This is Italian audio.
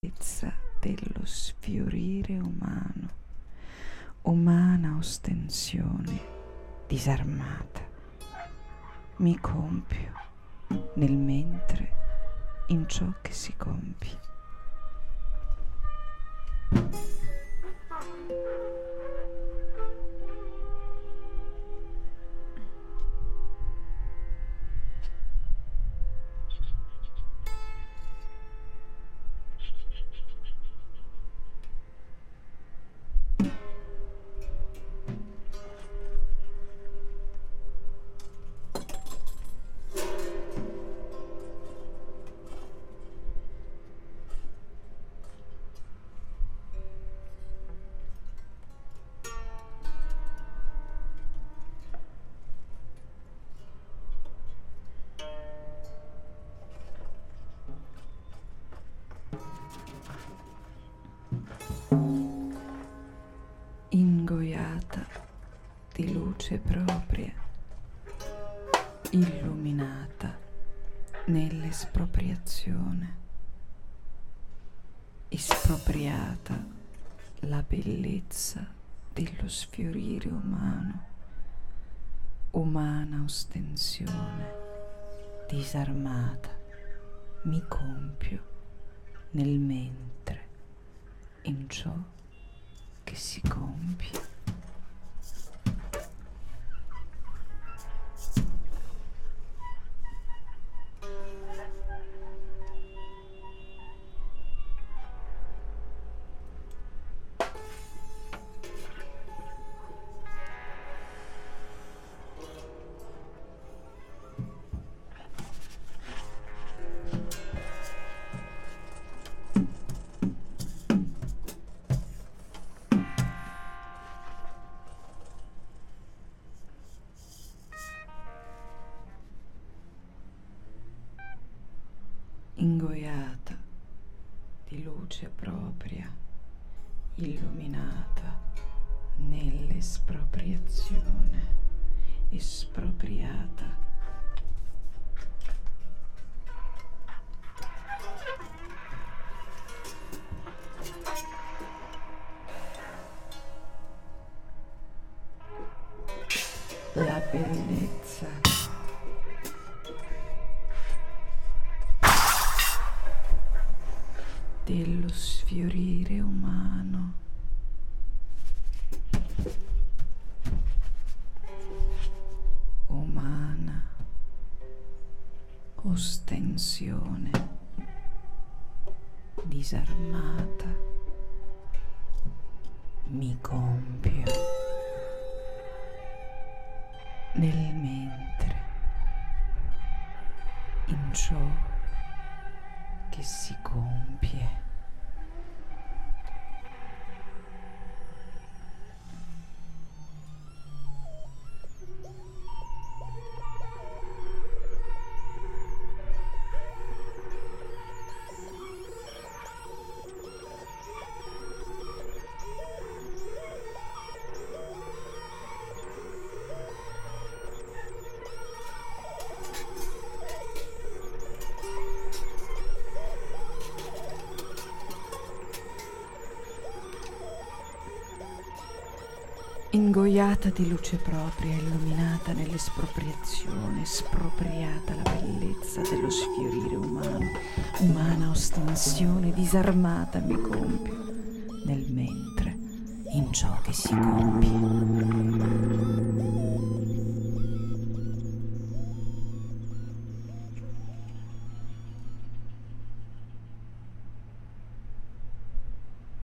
dello sfiorire umano, umana ostensione disarmata, mi compio nel mentre in ciò che si compie. Ingoiata di luce propria, illuminata nell'espropriazione, espropriata la bellezza dello sfiorire umano, umana ostensione disarmata, mi compio nel mentre in ciò che si compie. Ingoiata di luce propria, illuminata nell'espropriazione, espropriata la bellezza dello sfiorire umano, umana ostensione disarmata, mi compio nel mentre in ciò che si compie. Ingoiata di luce propria, illuminata nell'espropriazione, espropriata la bellezza dello sfiorire umano, umana ostensione disarmata, mi compio nel mentre in ciò che si compie.